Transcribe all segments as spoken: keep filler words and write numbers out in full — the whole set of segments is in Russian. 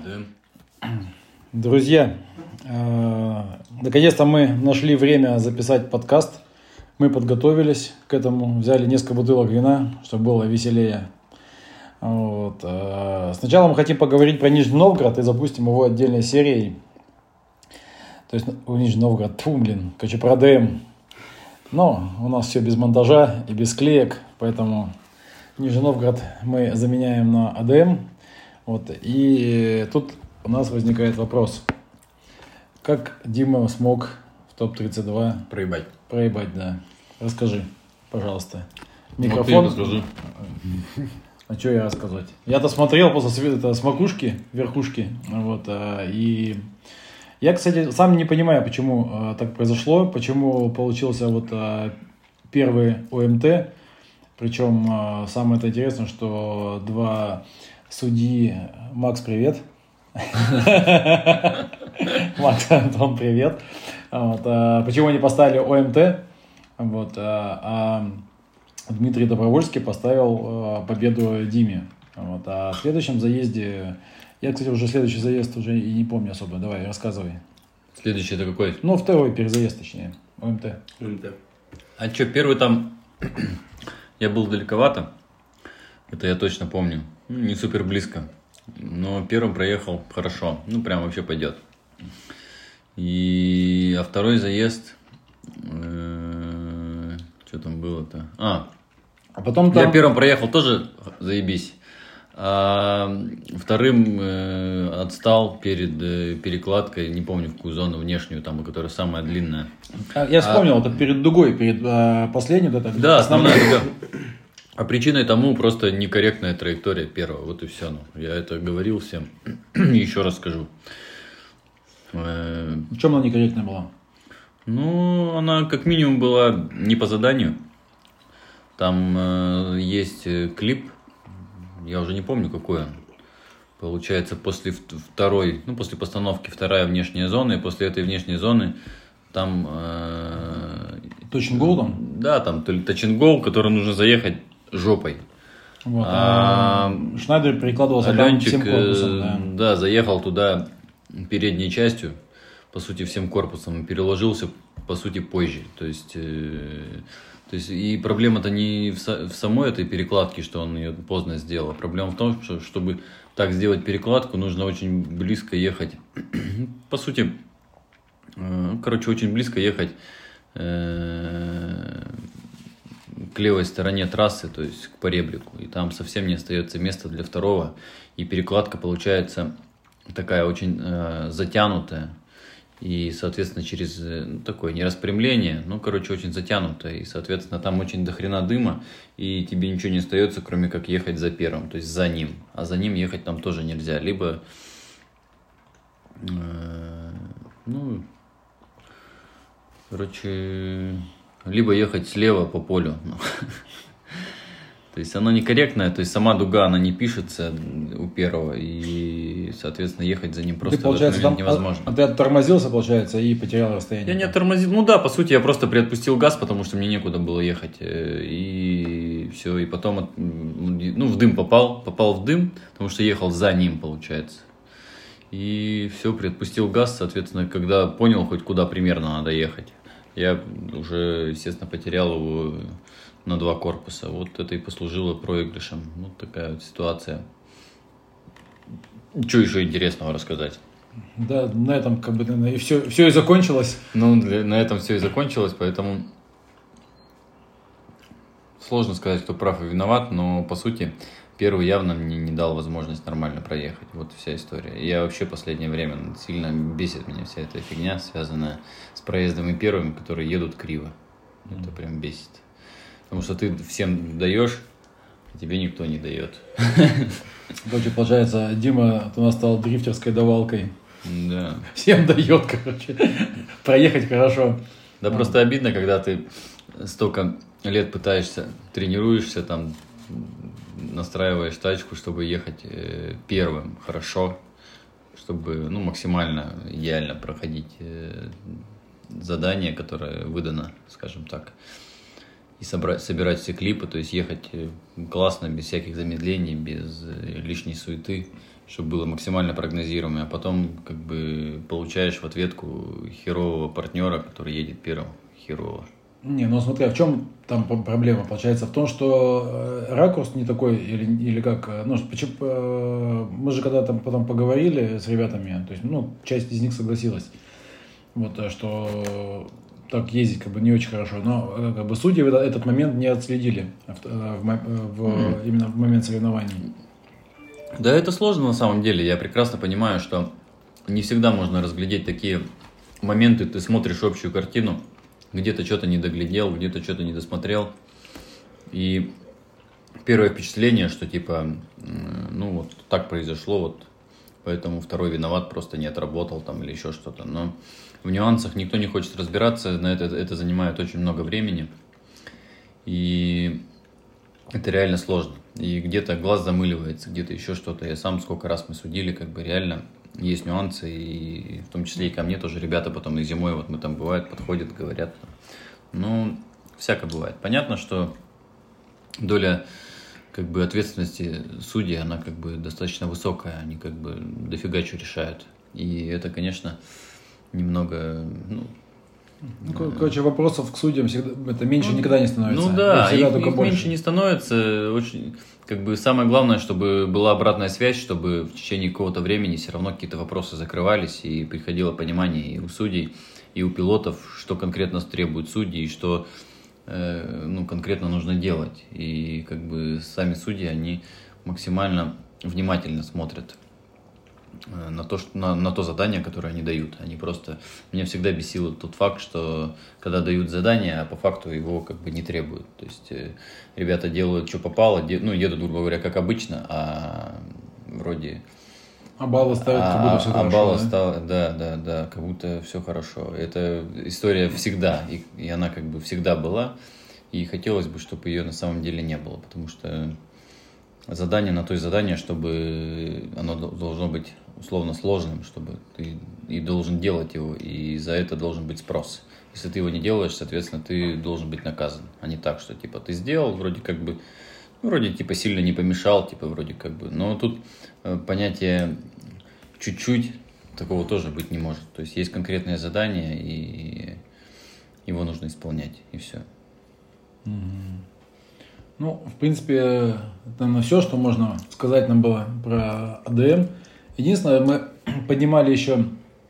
Да. Друзья, э, наконец-то мы нашли время записать подкаст. Мы подготовились к этому, взяли несколько бутылок вина, чтобы было веселее. Вот. Э, сначала мы хотим поговорить про Нижний Новгород и запустим его отдельной серией. То есть, у Нижний Новгород, тьфу, блин, короче, про АДМ. Но у нас все без монтажа и без склеек, поэтому Нижний Новгород мы заменяем на АДМ. Вот. И тут у нас возникает вопрос. Как Дима смог в топ тридцать два Проебать. проебать, да. Расскажи, пожалуйста. Микрофон. Вот ты расскажи. А что я рассказать? Я-то смотрел после света с макушки, верхушки. Вот, и я, кстати, сам не понимаю, почему так произошло, почему получился вот первый ОМТ. Причем самое это интересное, что два судьи... Макс, привет. Макс, Антон, привет. Вот, а, почему они поставили ОМТ? Вот, а, а Дмитрий Добровольский поставил а, победу Диме. Вот, а в следующем заезде... Я, кстати, уже следующий заезд уже и не помню особо. Давай, рассказывай. Следующий это какой? Ну, второй перезаезд, точнее. ОМТ. ОМТ. А что, первый там... Я был далековато. Это я точно помню. Не супер близко. Но первым проехал хорошо. Ну, прям вообще пойдет. И... А второй заезд... Э... Что там было-то? А, а потом там... Я первым проехал тоже заебись. А вторым э, отстал перед э, перекладкой, не помню в какую зону внешнюю, там, которая самая длинная. Я вспомнил, а... это перед дугой, перед э, последней. Вот это, да, основная дуга. А причиной тому просто некорректная траектория первого. Вот и все. Ну. Я это говорил всем. Еще раз скажу. В чем она некорректная была? Ну, она как минимум была не по заданию. Там э, есть клип. Я уже не помню, какой он. Получается, после второй, ну, после постановки вторая внешняя зона. И после этой внешней зоны там... Э, Touch and Go там? Да, там то ли Touch and Go, который нужно заехать жопой. Вот, а, а Шнайдер перекладывался там всем корпусом. Да. да, заехал туда передней частью, по сути, всем корпусом, и переложился, по сути, позже. То есть, э, то есть и проблема-то не в, со, в самой этой перекладке, что он ее поздно сделал. Проблема в том, что чтобы так сделать перекладку, нужно очень близко ехать. По сути, э, короче, очень близко ехать э, к левой стороне трассы, то есть к поребрику, и там совсем не остается места для второго, и перекладка получается такая очень э, затянутая, и, соответственно, через ну, такое не распрямление, ну, короче, очень затянутое, и, соответственно, там очень дохрена дыма, и тебе ничего не остается, кроме как ехать за первым, то есть за ним, а за ним ехать там тоже нельзя, либо, э, ну, короче... Либо ехать слева по полю. То есть она некорректная, то есть сама дуга, она не пишется у первого, и, соответственно, ехать за ним просто ты, получается, в этот момент там, невозможно. А ты оттормозился, получается, и потерял расстояние? Я не оттормозил, ну да, по сути, я просто приотпустил газ, потому что мне некуда было ехать, и все, и потом, ну, в дым попал, попал в дым, потому что ехал за ним, получается. И все, приотпустил газ, соответственно, когда понял хоть куда примерно надо ехать. Я уже, естественно, потерял его на два корпуса. Вот это и послужило проигрышем. Вот такая вот ситуация. Что еще интересного рассказать? Да, на этом как бы и все, все и закончилось. Ну, для, на этом все и закончилось, поэтому сложно сказать, кто прав и виноват, но по сути первый явно мне не дал возможность нормально проехать. Вот вся история. Я вообще в последнее время сильно бесит меня вся эта фигня, связанная с проездом и первыми, которые едут криво. Это mm. прям бесит. Потому что ты всем даешь, а тебе никто не дает. Короче, получается, Дима у нас стал дрифтерской давалкой. Да. Всем дает, короче. Проехать хорошо. Да а. Просто обидно, когда ты столько лет пытаешься, тренируешься там, настраиваешь тачку, чтобы ехать э, первым хорошо, чтобы ну, максимально идеально проходить э, задание, которое выдано, скажем так, и собрать, собирать все клипы, то есть ехать классно, без всяких замедлений, без лишней суеты, чтобы было максимально прогнозируемо, а потом как бы получаешь в ответку херового партнера, который едет первым, херово. Не, ну смотри, а в чем там проблема? Получается в том, что ракурс не такой, или, или как, ну, почему, мы же когда-то потом поговорили с ребятами, то есть, ну, часть из них согласилась, вот, что так ездить как бы не очень хорошо, но как бы судьи в этот момент не отследили в, в, в, mm. именно в момент соревнований. Да, это сложно на самом деле, я прекрасно понимаю, что не всегда можно разглядеть такие моменты, ты смотришь общую картину, где-то что-то не доглядел, где-то что-то не досмотрел. И первое впечатление, что типа, ну вот так произошло, вот поэтому второй виноват, просто не отработал там или еще что-то. Но в нюансах никто не хочет разбираться, на это, это занимает очень много времени. И это реально сложно. И где-то глаз замыливается, где-то еще что-то. Я сам сколько раз мы судили, как бы реально есть нюансы, и в том числе и ко мне тоже ребята потом и зимой, вот мы там бывают, подходят, говорят. Ну, всякое бывает. Понятно, что доля как бы ответственности судей, она как бы достаточно высокая, они как бы дофига что решают. И это, конечно, немного, ну... Ну, короче, вопросов к судьям всегда, это меньше ну, никогда не становится. Ну да, их, их меньше не становится. Очень, как бы самое главное, чтобы была обратная связь, чтобы в течение какого-то времени все равно какие-то вопросы закрывались и приходило понимание и у судей, и у пилотов, что конкретно требуют судьи, и что э, ну, конкретно нужно делать. И как бы сами судьи, они максимально внимательно смотрят на то, что, на, на то задание, которое они дают. Они просто... Меня всегда бесил тот факт, что когда дают задание, а по факту его как бы не требуют. То есть э, ребята делают, что попало, де, ну, едут, грубо говоря, как обычно, а вроде... А баллы ставят, как будто а, все а хорошо, баллы да? Стал, да, да, да, как будто все хорошо. Эта история всегда, и, и она как бы всегда была, и хотелось бы, чтобы ее на самом деле не было, потому что задание на то и задание, чтобы оно должно быть условно сложным, чтобы ты и должен делать его, и за это должен быть спрос. Если ты его не делаешь, соответственно, ты должен быть наказан, а не так, что типа ты сделал, вроде как бы, ну, вроде типа сильно не помешал, типа вроде как бы, но тут э, понятие чуть-чуть такого тоже быть не может. То есть есть конкретное задание, и его нужно исполнять, и все. Mm-hmm. Ну, в принципе, это, наверное, все, что можно сказать нам было про АДМ. Единственное, мы поднимали еще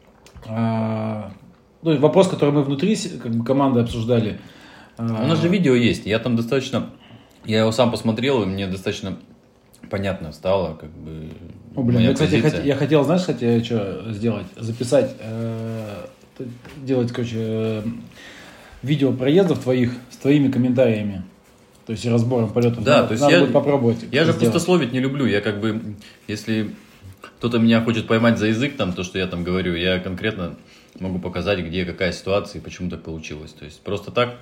э, ну, вопрос, который мы внутри как бы, команды обсуждали. У нас же видео есть, я там достаточно, я его сам посмотрел, и мне достаточно понятно стало, как бы. О, блин, я, кстати, хот, я хотел, знаешь, хотел что сделать? Записать, э, делать, короче, э, видео проездов твоих с твоими комментариями. То есть разбором полетов. Да, надо, то есть надо я, будет попробовать. Я же сделать. пустословить не люблю. Я как бы, если кто-то меня хочет поймать за язык, там, то, что я там говорю, я конкретно могу показать, где какая ситуация и почему так получилось. То есть просто так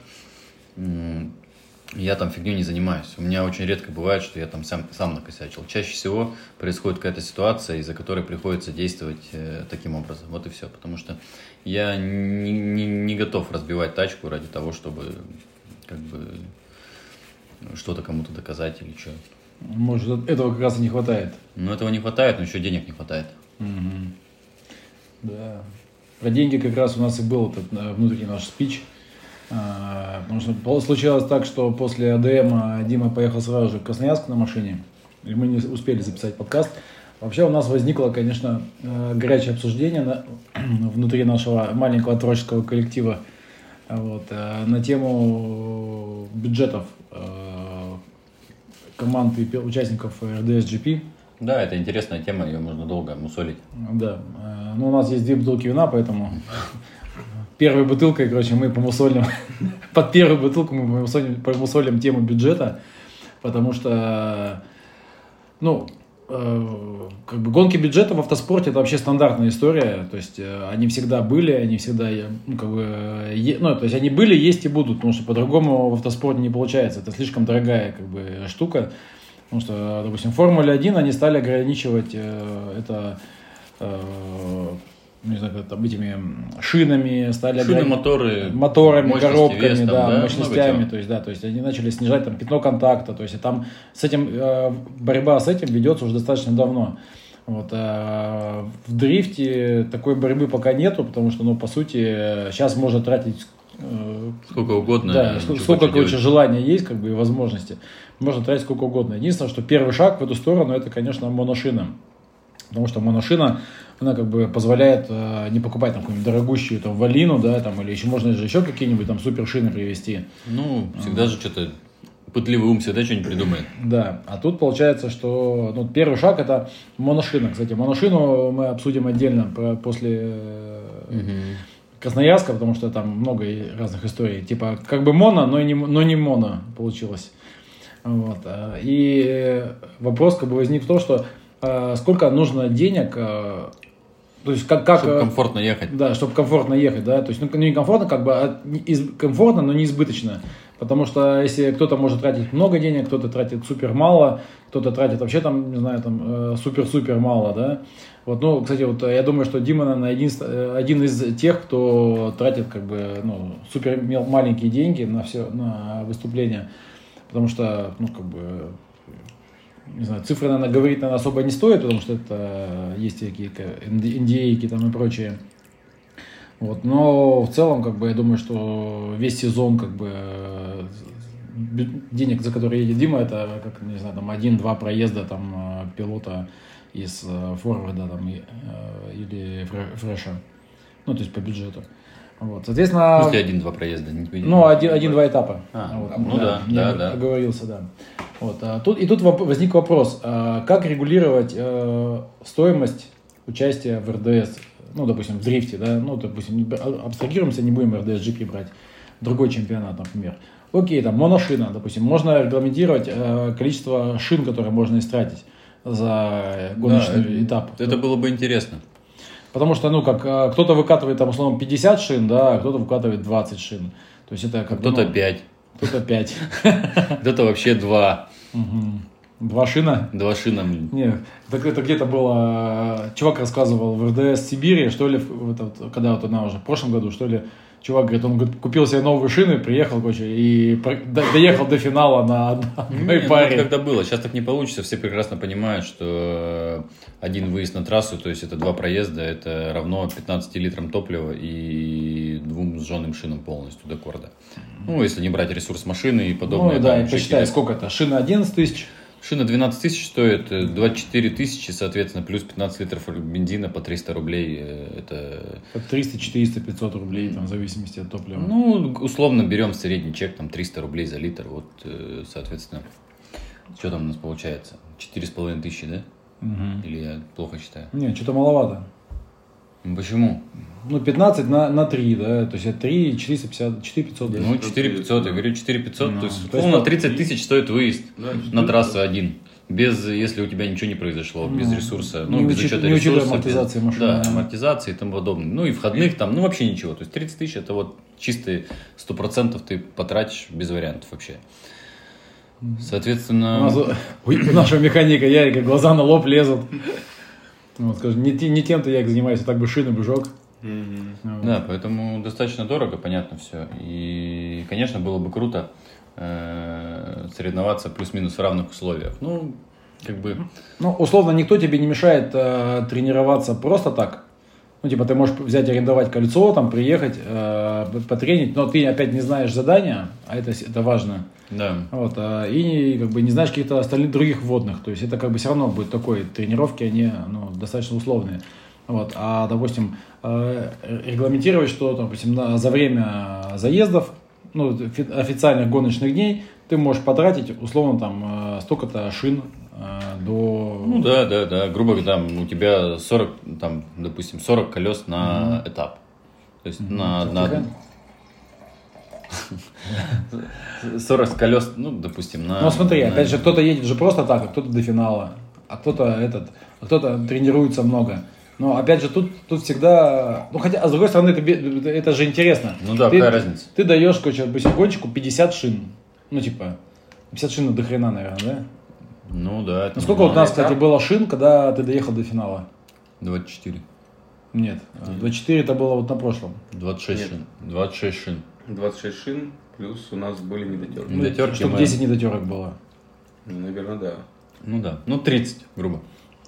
я там фигню не занимаюсь. У меня очень редко бывает, что я там сам, сам накосячил. Чаще всего происходит какая-то ситуация, из-за которой приходится действовать э, таким образом. Вот и все. Потому что я не, не, не готов разбивать тачку ради того, чтобы как бы что-то кому-то доказать или что. Может, этого как раз и не хватает. Ну, этого не хватает, но еще денег не хватает. Угу. Да. Про деньги как раз у нас и был этот внутренний наш спич. А, потому что случилось так, что после АДМ Дима поехал сразу же в Красноярск на машине. И мы не успели записать подкаст. Вообще у нас возникло, конечно, горячее обсуждение на, внутри нашего маленького творческого коллектива вот, на тему бюджетов команд и участников эр ди эс джи пи. Да, это интересная тема, ее можно долго мусолить. Да, но у нас есть две бутылки вина, поэтому первой бутылкой, короче, мы помусолим, под первую бутылку мы помусолим, помусолим тему бюджета, потому что, ну, э, как бы гонки бюджета в автоспорте это вообще стандартная история, то есть э, они всегда были, они всегда, ну, как бы, е, ну, то есть они были, есть и будут, потому что по-другому в автоспорте не получается, это слишком дорогая, как бы, штука, потому что, допустим, в Формуле один они стали ограничивать э, это, э, не знаю, как там, этими шинами, стали Шины, ограни... моторы, моторами, коробками, вес, там, да, да, мощностями, то есть, да, то есть они начали снижать там пятно контакта, то есть там с этим, э, борьба с этим ведется уже достаточно давно. Вот, а в дрифте такой борьбы пока нету, потому что, ну, по сути, сейчас можно тратить э, сколько угодно. Да, сколько, сколько короче, желания есть, как бы, и возможности. Можно тратить сколько угодно. Единственное, что первый шаг в эту сторону, это, конечно, моношина. Потому что моношина, она как бы позволяет э, не покупать там какую-нибудь дорогущую там валину, да, там, или еще можно же еще какие-нибудь там супершины привезти. Ну, всегда а. же что-то, пытливый ум всегда что-нибудь придумает. Да, а тут получается, что ну, первый шаг это моношина. Кстати, моношину мы обсудим отдельно про, после э, угу. Красноярска, потому что там много разных историй. Типа, как бы моно, но не, но не моно получилось. Вот. И вопрос как бы возник в том, что сколько нужно денег, то есть как, как чтобы комфортно ехать. Да, чтобы комфортно ехать, да, то есть ну не комфортно, как бы а из, комфортно, но не избыточно, потому что если кто-то может тратить много денег, кто-то тратит супер мало, кто-то тратит вообще там, не знаю, там супер-супер мало, да. Вот, ну, кстати, вот я думаю, что Дима, наверное, один, один из тех, кто тратит как бы ну супер маленькие деньги на все на выступления, потому что ну как бы не знаю, цифры, наверное, говорить, наверное, особо не стоит, потому что это есть какие-то эн ди эй там и прочее. Вот, но в целом, как бы, я думаю, что весь сезон, как бы, денег, за которые едет Дима, это, как, не знаю, там, один-два проезда, там, пилота из форварда, там, или фреша. Ну, то есть по бюджету. Вот, соответственно... В смысле один-два проезда? Не ну, один-два этапа. А, вот, ну да, да, да, да. Оговорился, да. Вот, а тут, и тут возник вопрос, а как регулировать э, стоимость участия в эр дэ эс, ну, допустим, в дрифте, да, ну, допустим, абстрагируемся, не будем эр дэ эс джи пи брать, другой чемпионат, например. Окей, там, моношина, допустим, можно регламентировать э, количество шин, которые можно истратить за гоночный да, этап. Это было бы интересно. Потому что, ну, как кто-то выкатывает, там, условно, пятьдесят шин, да, а кто-то выкатывает двадцать шин. То есть это как кто-то ну, пять. Кто-то пять. Кто-то вообще два. Два шина? Два шина. Нет, это, это где-то было, чувак рассказывал в эр дэ эс Сибири, что ли, это, когда вот она уже в прошлом году, что ли, чувак говорит, он говорит, купил себе новые шины, приехал, короче, и до, доехал до финала на одной Нет, паре. Ну, когда было, сейчас так не получится, все прекрасно понимают, что один выезд на трассу, то есть это два проезда, это равно пятнадцати литрам топлива и двум сжженным шинам полностью до корда. Ну, если не брать ресурс машины и подобное. Ну, да, и посчитай, сколько это, шина одиннадцать тысяч? Шина двенадцать тысяч стоит, двадцать четыре тысячи, соответственно, плюс пятнадцать литров бензина по триста рублей. Это... триста, четыреста, пятьсот рублей, там, в зависимости от топлива. Ну, условно берем средний чек, там, триста рублей за литр. Вот, соответственно, что там у нас получается? четыре с половиной тысячи, да? Угу. Или я плохо считаю? Нет, что-то маловато. Почему? Ну, пятнадцать на, на три, да, то есть это три, четыреста пятьдесят, четыре пятьсот, да? Ну, четыре пятьсот, я говорю, четыре пятьсот, ну, то есть, условно, тридцать тысяч стоит выезд да, на трассу один, без, если у тебя ничего не произошло, ну, без ресурса, ну, без учета не ресурса. амортизации машины. Да, амортизации и тому подобное, ну, и входных там, ну, вообще ничего, то есть тридцать тысяч это вот чистые сто процентов ты потратишь без вариантов вообще. Соответственно... У, нас, у нашего механика Ярика глаза на лоб лезут. Вот, скажем, не, не тем-то я занимаюсь, а так бы шины бы жег. Mm-hmm. Вот. Да, поэтому достаточно дорого, понятно все. И, конечно, было бы круто э, соревноваться плюс-минус в равных условиях. Ну, как бы... Ну, условно, никто тебе не мешает э, тренироваться просто так. Ну, типа, ты можешь взять, арендовать кольцо, там, приехать, э, потренить, но ты опять не знаешь задания, а это, это важно. Да. Вот, э, и как бы не знаешь каких-то остальных других вводных. То есть это как бы все равно будет такой, тренировки, они ну, достаточно условные. Вот, а, допустим, э, регламентировать, что, допустим, на, за время заездов, ну, официальных гоночных дней, ты можешь потратить, условно, там, э, столько-то шин э, до... Ну, да, да, да, грубо говоря, там, у тебя сорок, там, допустим, сорок колес на mm-hmm. этап. То есть, mm-hmm. на... на... сорок колес, ну, допустим, на... Ну, смотри, на... опять же, кто-то едет же просто так, а кто-то до финала, а кто-то этот, а кто-то тренируется много. Но, опять же, тут, тут всегда... Ну, хотя, а с другой стороны, это, это же интересно. Ну да, ты, какая разница? Ты даешь, короче, допустим, гонщику пятьдесят шин. Ну, типа, пятьдесят шин до хрена, наверное, да? Ну, да. Ну, сколько вот у нас, кстати, было шин, когда ты доехал до финала? двадцать четыре. Нет, двадцать четыре это было вот на прошлом. двадцать шесть Нет. шин. двадцать шесть шин. двадцать шесть шин, плюс у нас были недотерки. Недотерки Чтобы мы... десять недотерок было. Ну, наверное, да. Ну, да. Ну, тридцать, грубо.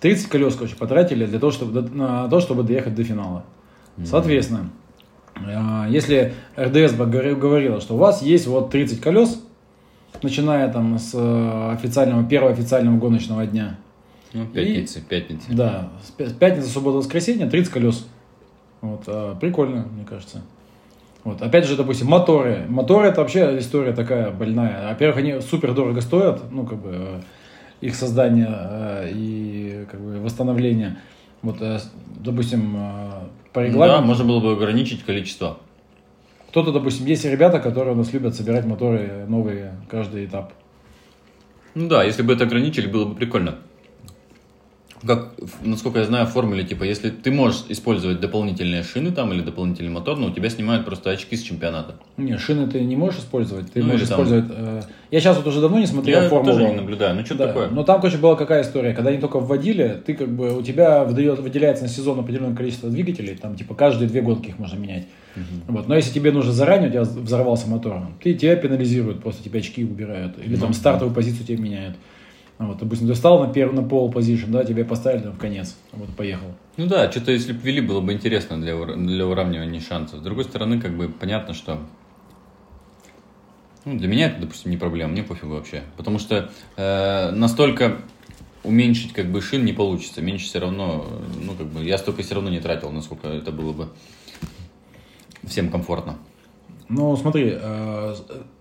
тридцать колес, короче, потратили для того, чтобы, на то, чтобы доехать до финала. Mm-hmm. Соответственно, если эр дэ эс говорила, что у вас есть вот тридцать колес, начиная там с официального, первого официального гоночного дня. Ну, пятница, и, пятница. Да, с пятницы, суббота, воскресенье, тридцать колес. Вот, а, прикольно, мне кажется. Вот, опять же, допустим, моторы. Моторы это вообще история такая больная. Во-первых, они супер дорого стоят, ну, как бы, их создание э, и как бы восстановление. Вот, э, допустим, э, по регламенту. Да, можно было бы ограничить количество. Кто-то, допустим, есть ребята, которые у нас любят собирать моторы новые каждый этап. Ну да, если бы это ограничили, было бы прикольно. Как, насколько я знаю, в формуле, типа, если ты можешь использовать дополнительные шины там или дополнительный мотор, но у тебя снимают просто очки с чемпионата. Не, шины ты не можешь использовать, ты ну, можешь использовать... Э, я сейчас вот уже давно не смотрел я формулу. Я тоже не наблюдаю, ну что да, такое? Но там, короче, была какая история, когда они только вводили, ты как бы, у тебя выдает, выделяется на сезон определенное количество двигателей, там, типа, каждые две гонки их можно менять. Uh-huh. Вот. Но если тебе нужно заранее, у тебя взорвался мотор, ты, тебя пенализируют, просто тебе очки убирают, или там uh-huh. стартовую позицию тебе меняют. Вот, допустим, ты встал на, первый, на пол позишн, да, тебе поставили там в конец, вот, поехал. Ну да, что-то если бы ввели, было бы интересно для, для уравнивания шансов. С другой стороны, как бы понятно, что ну, для меня это, допустим, не проблема, мне пофигу вообще. Потому что э, настолько уменьшить как бы шин не получится, меньше все равно, ну как бы я столько все равно не тратил, насколько это было бы всем комфортно. Ну смотри, э,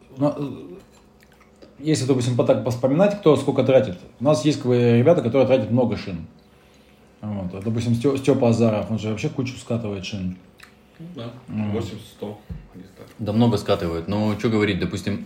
если, допустим, так поспоминать, кто сколько тратит. У нас есть как бы, ребята, которые тратят много шин. Вот. Допустим, Степа Азаров, он же вообще кучу скатывает шин. Да, восемьдесят-сто. Да много скатывают, но что говорить, допустим,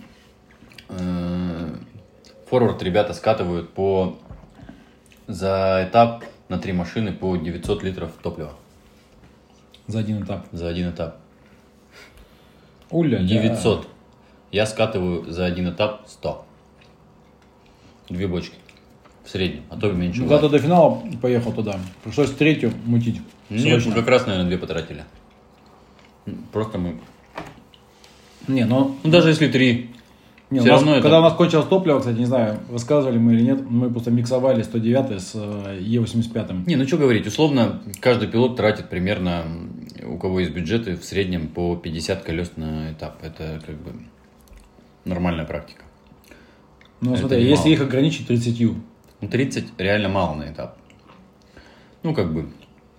форвард ребята скатывают по за этап на три машины по девятьсот литров топлива. За один этап? За один этап. Уля, девятьсот. Да. Я скатываю за один этап сто. Две бочки. В среднем, а то меньше. Ну, когда до финала поехал туда. Пришлось третью мутить. Нет, мы как раз, наверное, две потратили. Просто мы... Не, но... Ну, даже если три. Не, у нас, когда это... у нас кончилось топливо, кстати, не знаю, рассказывали мы или нет, мы просто миксовали сто девять с Е восемьдесят пять. Не, ну что говорить, условно, каждый пилот тратит примерно, у кого есть бюджеты, в среднем по пятьдесят колес на этап. Это как бы нормальная практика. Ну, это смотри, если их ограничить тридцатью. Ну, тридцать реально мало на этап. Ну, как бы...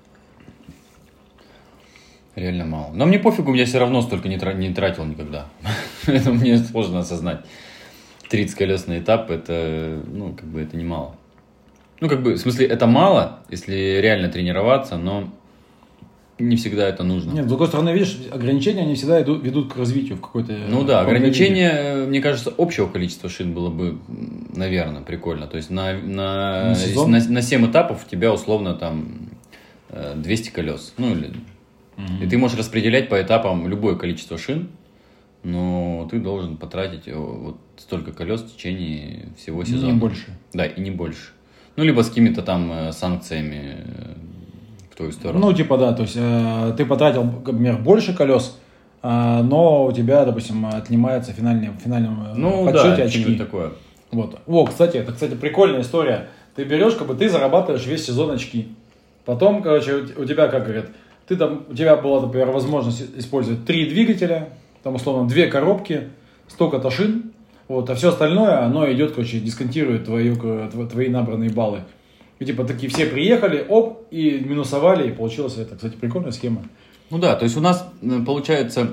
Реально мало. Но мне пофигу, я все равно столько не, тра- не тратил никогда. Это мне сложно осознать. тридцать колес на этап, это, ну, как бы, это не мало. Ну, как бы, в смысле, это мало, если реально тренироваться, но не всегда это нужно. Нет, с другой стороны, видишь, ограничения, они всегда идут, ведут к развитию в какой-то... Ну да, ограничение, виде. Мне кажется, общего количества шин было бы, наверное, прикольно. То есть на, на, на, на, на семь этапов у тебя условно там двести колес. Ну, или... И ты можешь распределять по этапам любое количество шин, но ты должен потратить вот столько колес в течение всего сезона. Не больше. Да, и не больше. Ну, либо с какими-то там санкциями в твою сторону. Ну, типа, да, то есть э, ты потратил, например, больше колес, э, но у тебя, допустим, отнимается в финальном, в финальном ну, подсчете да, очки. Такое. Вот. О, кстати, это, кстати, прикольная история. Ты берешь, как бы ты зарабатываешь весь сезон очки. Потом, короче, у тебя, как говорят, ты там, у тебя была, например, возможность использовать три двигателя, там, условно, две коробки, столько-то шин, вот, а все остальное, оно идет, короче, дисконтирует твою, твои набранные баллы. И, типа, такие все приехали, оп, и минусовали, и получилась это, кстати, прикольная схема. Ну да, то есть у нас, получается,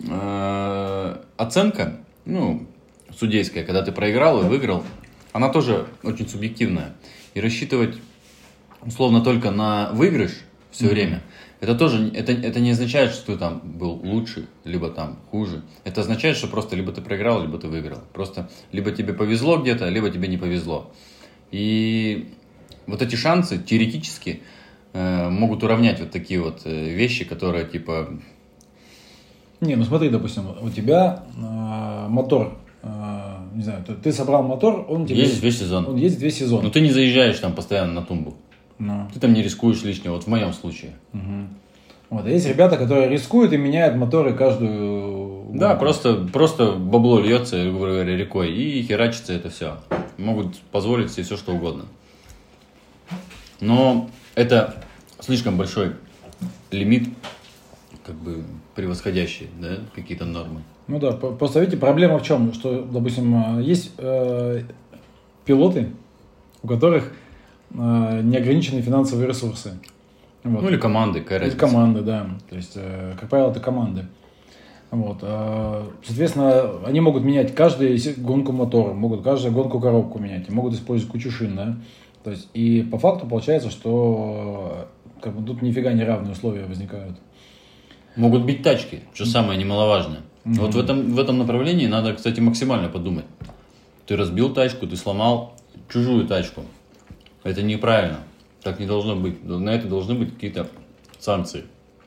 э- оценка, ну, судейская, когда ты проиграл и выиграл, она тоже очень субъективная. И рассчитывать, условно, только на выигрыш все mm-hmm. время, это тоже, это, это не означает, что ты там был лучше, либо там хуже. Это означает, что просто либо ты проиграл, либо ты выиграл. Просто либо тебе повезло где-то, либо тебе не повезло. И вот эти шансы теоретически э, могут уравнять вот такие вот э, вещи, которые типа... Не, ну смотри, допустим, у тебя э, мотор, э, не знаю, ты, ты собрал мотор, он тебе... Ездит весь сезон. Он ездит весь сезон. Но ты не заезжаешь там постоянно на тумбу. No. Ты там не рискуешь лишнего, вот в моем случае. Угу. Вот, а есть ребята, которые рискуют и меняют моторы каждую... Да, просто, просто бабло льется, грубо говоря, рекой, и херачится это все. Могут позволить себе все, что угодно. Но это слишком большой лимит, как бы превосходящий, да, какие-то нормы. Ну да, просто видите, проблема в чем? Что, допустим, есть э, пилоты, у которых э, неограниченные финансовые ресурсы. Вот. Ну или команды, какая Или разница. команды, да. То есть, э, как правило, это команды. Вот. э, Соответственно, они могут менять каждую гонку мотора, могут каждую гонку коробку менять, могут использовать кучу шин, да. То есть, и по факту получается, что как бы, тут нифига не равные условия возникают. Могут бить тачки, что самое немаловажное. Mm-hmm. Вот в этом, в этом направлении надо, кстати, максимально подумать. Ты разбил тачку, ты сломал чужую тачку. Это неправильно. Так не должно быть. На это должны быть какие-то санкции.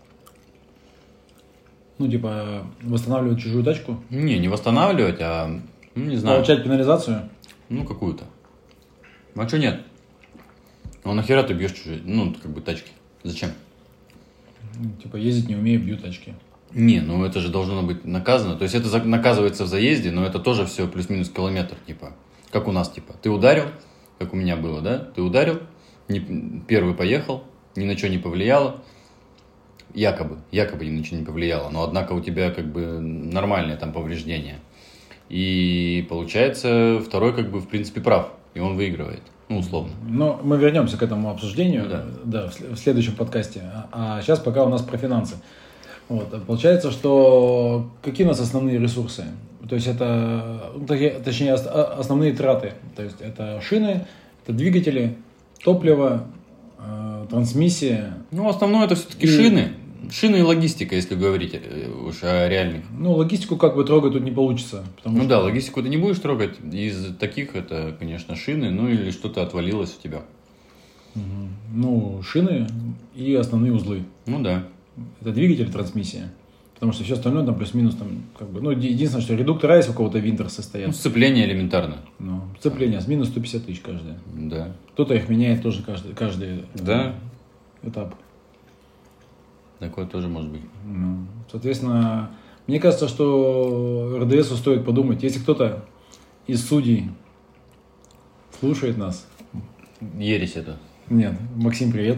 Ну, типа, восстанавливать чужую тачку? Не, не восстанавливать, а, ну, не знаю, Получать пенализацию? ну, какую-то. А что нет? Ну, нахера ты бьешь чужие, ну, как бы тачки? Зачем? Ну, типа, ездить не умею, бью тачки. Не, ну это же должно быть наказано. То есть это за- наказывается в заезде, но это тоже все плюс-минус километр, типа. Как у нас, типа. Ты ударил, как у меня было, да? Ты ударил, не, первый поехал, ни на что не повлияло. Якобы, якобы ни на что не повлияло. Но однако у тебя как бы нормальное там повреждение. И получается, второй как бы в принципе прав. И он выигрывает. Ну, условно. Но мы вернемся к этому обсуждению, Да. да, в, в следующем подкасте. А, а сейчас пока у нас про финансы. Вот. Получается, что какие у нас основные ресурсы? То есть это, ну, таки- точнее, ос- основные траты. То есть это шины, это двигатели, топливо, э, трансмиссия. Ну, основное это все-таки И- шины. Шины и логистика, если говорить э, уж о реальных. Ну, логистику как бы трогать тут не получится. Потому Ну что, да, логистику ты не будешь трогать. Из таких это, конечно, шины, ну или что-то отвалилось у тебя. ну, шины и основные узлы. Ну да. Это двигатель, трансмиссия. Потому что все остальное там плюс-минус там как бы. Ну, еди- единственное, что редуктора есть у кого-то винтер Ну, состоят. сцепление элементарно. Ну, сцепление с минус сто пятьдесят тысяч каждое. Да. Кто-то их меняет тоже каждый, каждый Да. этап. Такое тоже может быть. Ну, соответственно, мне кажется, что эр дэ эсу стоит подумать, если кто-то из судей слушает нас. Ересь это. Нет, Максим, привет.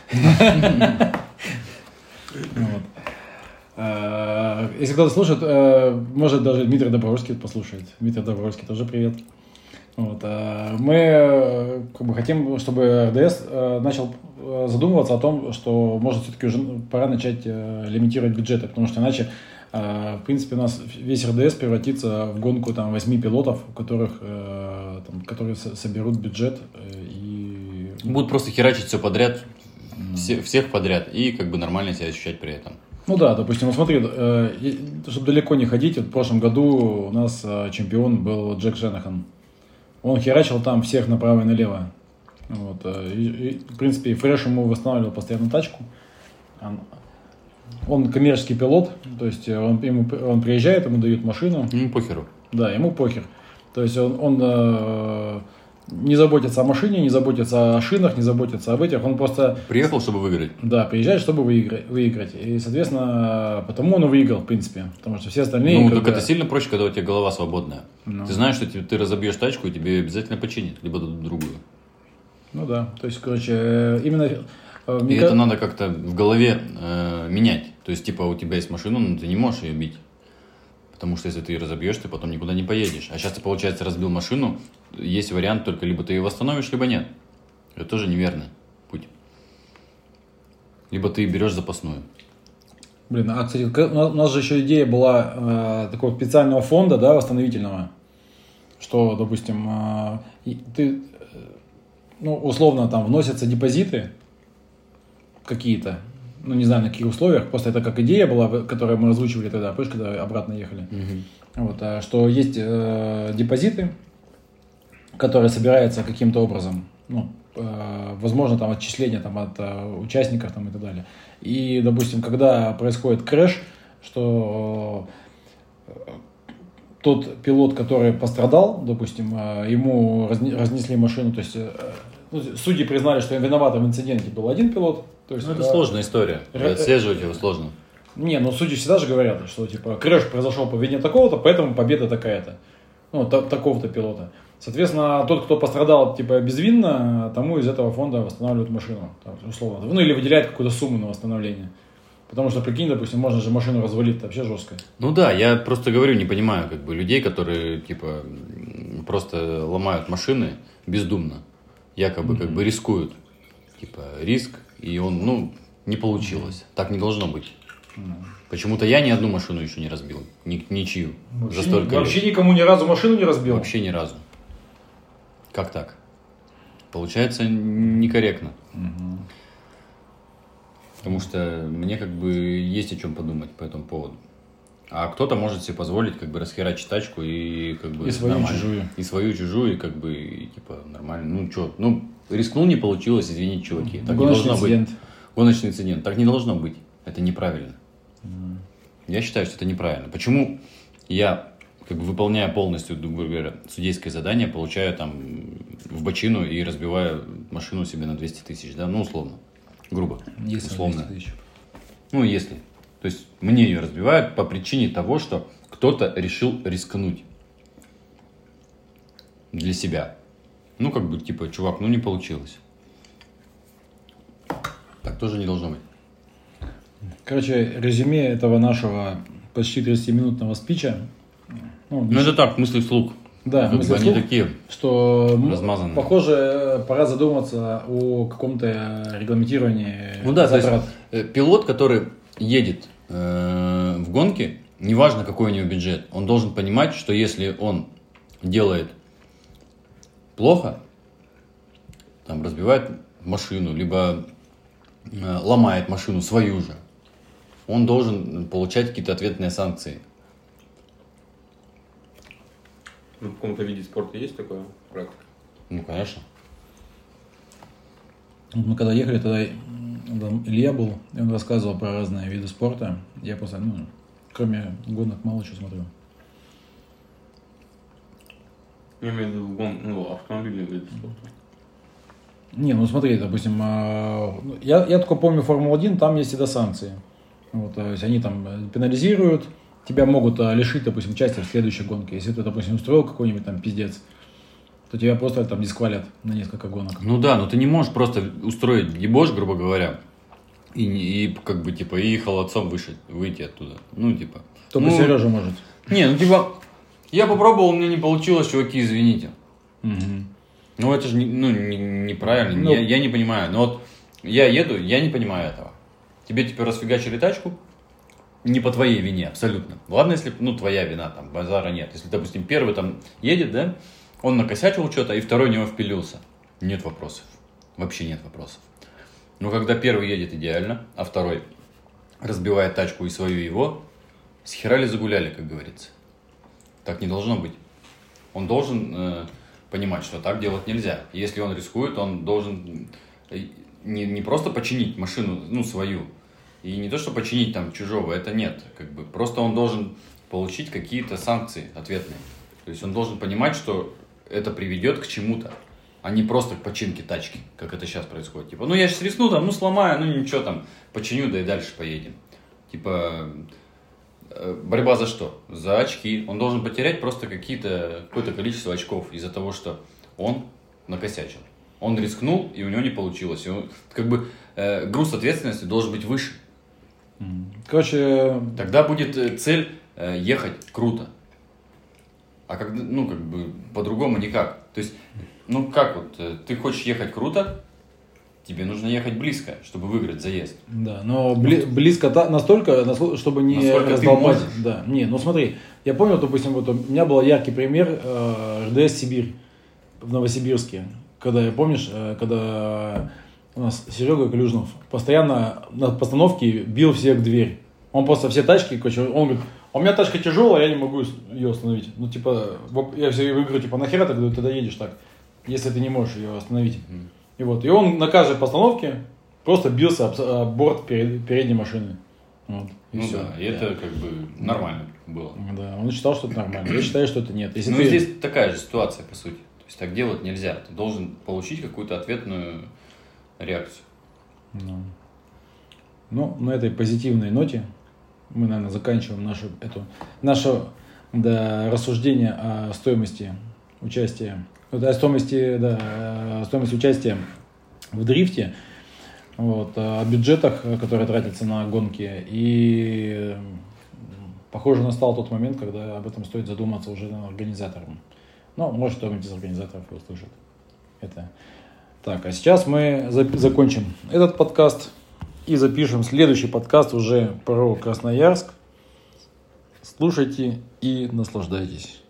Вот. Э, Если кто-то слушает, э, может даже Дмитрий Добровольский послушает. Дмитрий Добровольский тоже привет. Вот. э, Мы э, как бы хотим, чтобы эр дэ эс э, начал э, задумываться о том, что может все-таки уже пора начать э, лимитировать бюджеты, потому что иначе, э, в принципе, у нас весь эр дэ эс превратится в гонку там восьми пилотов, у которых, э, там, которые со- соберут бюджет э, и Будут просто херачить все подряд, все- всех подряд, и как бы нормально себя ощущать при этом. Ну да, допустим, вот смотри, э, и- чтобы далеко не ходить, вот в прошлом году у нас э, чемпион был Джек Шенахан. Он херачил там всех направо и налево. Вот, э, и, и, в принципе, Фреш ему восстанавливал постоянно тачку. Он, он коммерческий пилот, то есть он, ему, он приезжает, ему дают машину, Ну, похеру. да, ему похер. То есть он, он э, не заботится о машине, не заботится о шинах, не заботится об этих, он просто... Приехал, чтобы выиграть. Да, приезжает, чтобы выиграть, выиграть. И, соответственно, потому он и выиграл, в принципе. Потому что все остальные... Ну, как только бы- это сильно проще, когда у тебя голова свободная. Ну. Ты знаешь, что ты, ты разобьешь тачку, и тебе обязательно починят, либо дадут другую. Ну да, то есть, короче, э, именно... э, И мне это ка- надо как-то в голове э, менять. То есть, типа, у тебя есть машина, но ты не можешь ее бить. Потому что если ты ее разобьешь, ты потом никуда не поедешь. А сейчас ты, получается, разбил машину, есть вариант только либо ты ее восстановишь, либо нет. Это тоже неверный путь. Либо ты берешь запасную. Блин, а, кстати, к- у нас, у нас же еще идея была э, такого специального фонда, да, восстановительного, что, допустим, э, и ты, э, ну, условно, там вносятся депозиты какие-то, ну, не знаю, на каких условиях, просто это как идея была, в- которую мы озвучивали тогда, помнишь, когда обратно ехали, вот, а, что есть э, депозиты, которые собираются каким-то образом, ну, э, возможно, там отчисления там, от э, участников там, и так далее. И, допустим, когда происходит крэш, что э, тот пилот, который пострадал, допустим, э, ему разне- разнесли машину, то есть э, ну, судьи признали, что виноватым в инциденте был один пилот. То есть, Ну, это э, сложная история. И Ре- отслеживать его сложно. Не, ну судьи всегда же говорят, что типа крэш произошел по вине такого-то, поэтому победа такая-то. ну, та- такого-то пилота. Соответственно, тот, кто пострадал типа безвинно, тому из этого фонда восстанавливают машину, там, условно. Ну, или выделяют какую-то сумму на восстановление. Потому что, прикинь, допустим, можно же машину развалить, это вообще жестко. Ну да, я просто говорю, не понимаю, как бы, людей, которые, типа, просто ломают машины бездумно, якобы, mm-hmm. как бы, рискуют. Типа, риск, и он, ну, не получилось. Mm-hmm. Так не должно быть. Mm-hmm. Почему-то я ни одну машину еще не разбил, ни, ничью. Вообще, за столько вообще лет. никому ни разу машину не разбил? Вообще ни разу. Как так? Получается некорректно. Mm-hmm. Потому что мне как бы есть о чем подумать по этому поводу. А кто-то может себе позволить как бы расхерачить тачку и как бы и свою нормально. чужую. И свою чужую, и как бы и, типа нормально. Ну что, ну рискнул, не получилось, извините, чуваки. Так Гоночный не должно инцидент. быть. Гоночный инцидент. Так не должно быть. Это неправильно. Mm. Я считаю, что это неправильно. Почему я, как бы выполняя полностью, грубо говоря, судейское задание, получаю там в бочину и разбиваю машину себе на двести тысяч, да, ну условно. Грубо, если условно. Ну, если. То есть, мне ее разбивают по причине того, что кто-то решил рискнуть для себя. Ну, как бы, типа, чувак, ну, не получилось. Так тоже не должно быть. Короче, резюме этого нашего почти тридцатиминутного спича. Ну, ну это так, мысли вслух. Да, как мысли бы вслух, они такие что размазанные. Похоже, пора задуматься о каком-то регламентировании ну, да, затрат. То есть, пилот, который едет э, в гонке, неважно какой у него бюджет, он должен понимать, что если он делает плохо, там, разбивает машину, либо э, ломает машину свою же, он должен получать какие-то ответные санкции. Ну, в каком-то виде спорта есть такое практика? Ну, конечно. Вот мы когда ехали, тогда там Илья был, и он рассказывал про разные виды спорта. Я просто, ну, кроме гонок, мало чего смотрю. Я имею в виду гон, ну, автомобильный вид спорта. Не, ну смотри, допустим, я, я только помню Формулу один, там есть всегда санкции. Вот, то есть они там пенализируют, тебя могут лишить, допустим, участия в следующей гонке. Если ты, допустим, устроил какой-нибудь там пиздец, то тебя просто там дисквалят на несколько гонок. Ну да, но ты не можешь просто устроить дебош, грубо говоря, и, и как бы, типа, и холодцом выше, выйти оттуда. Ну, типа. Только ну, Сережа может. Не, ну, типа, я попробовал, у меня не получилось, чуваки, извините. Угу. Ну, это же не, ну, не, неправильно, ну, я, я не понимаю. Но вот я еду, я не понимаю этого. Тебе, типа, расфигачили тачку, не по твоей вине, абсолютно. Ладно, если, ну, твоя вина, там, базара нет. Если, допустим, первый там едет, да, он накосячил что-то, и второй в него впилился. Нет вопросов. Вообще нет вопросов. Но когда первый едет идеально, а второй разбивает тачку и свою его, схерали загуляли, как говорится. Так не должно быть. Он должен э, понимать, что так делать нельзя. Если он рискует, он должен не, не просто починить машину, ну, свою, и не то, что починить там чужого, это нет. Как бы. Просто он должен получить какие-то санкции ответные. То есть он должен понимать, что это приведет к чему-то, а не просто к починке тачки, как это сейчас происходит. Типа, ну я сейчас рискну, там, ну сломаю, ну ничего там, починю, да и дальше поедем. Типа, борьба за что? За очки. Он должен потерять просто какие-то, какое-то количество очков из-за того, что он накосячил. Он рискнул, и у него не получилось. И он, как бы э, груз ответственности должен быть выше. Короче... Тогда будет цель э, ехать круто. А когда, ну, как бы, по-другому никак. То есть, ну, как вот, э, ты хочешь ехать круто, тебе нужно ехать близко, чтобы выиграть заезд. Да, но бли- близко та- настолько, насколько, чтобы не Насколько раздолбать. ты можешь. Да, не, ну смотри, я помню, допустим, вот у меня был яркий пример э, эр дэ эс Сибирь в Новосибирске. Когда, я помнишь, э, когда у нас Серега Клюжнов постоянно на постановке бил всех в дверь. Он просто все тачки, короче, он говорит, а у меня тачка тяжелая, я не могу ее остановить. Ну, типа, я все говорю, типа, нахера ты тогда едешь так, если ты не можешь ее остановить. Mm. И вот, и он на каждой постановке просто бился об, об борт перед, передней машины. Вот, и ну все. да, и это как бы нормально было. Да, он считал, что это нормально. Я считаю, что это нет. Если ну, ты... здесь такая же ситуация, по сути. То есть, так делать нельзя. Ты должен получить какую-то ответную реакцию. Ну, ну на этой позитивной ноте мы, наверное, заканчиваем нашу, эту, нашу да, рассуждения о стоимости участия, о стоимости, да, о стоимости участия в дрифте, вот, о бюджетах, которые тратятся на гонки. И похоже, настал тот момент, когда об этом стоит задуматься уже организаторам. Ну, может, кто-нибудь из организаторов и услышит это. Так, а сейчас мы за- закончим этот подкаст и запишем следующий подкаст уже про Красноярск. Слушайте и наслаждайтесь.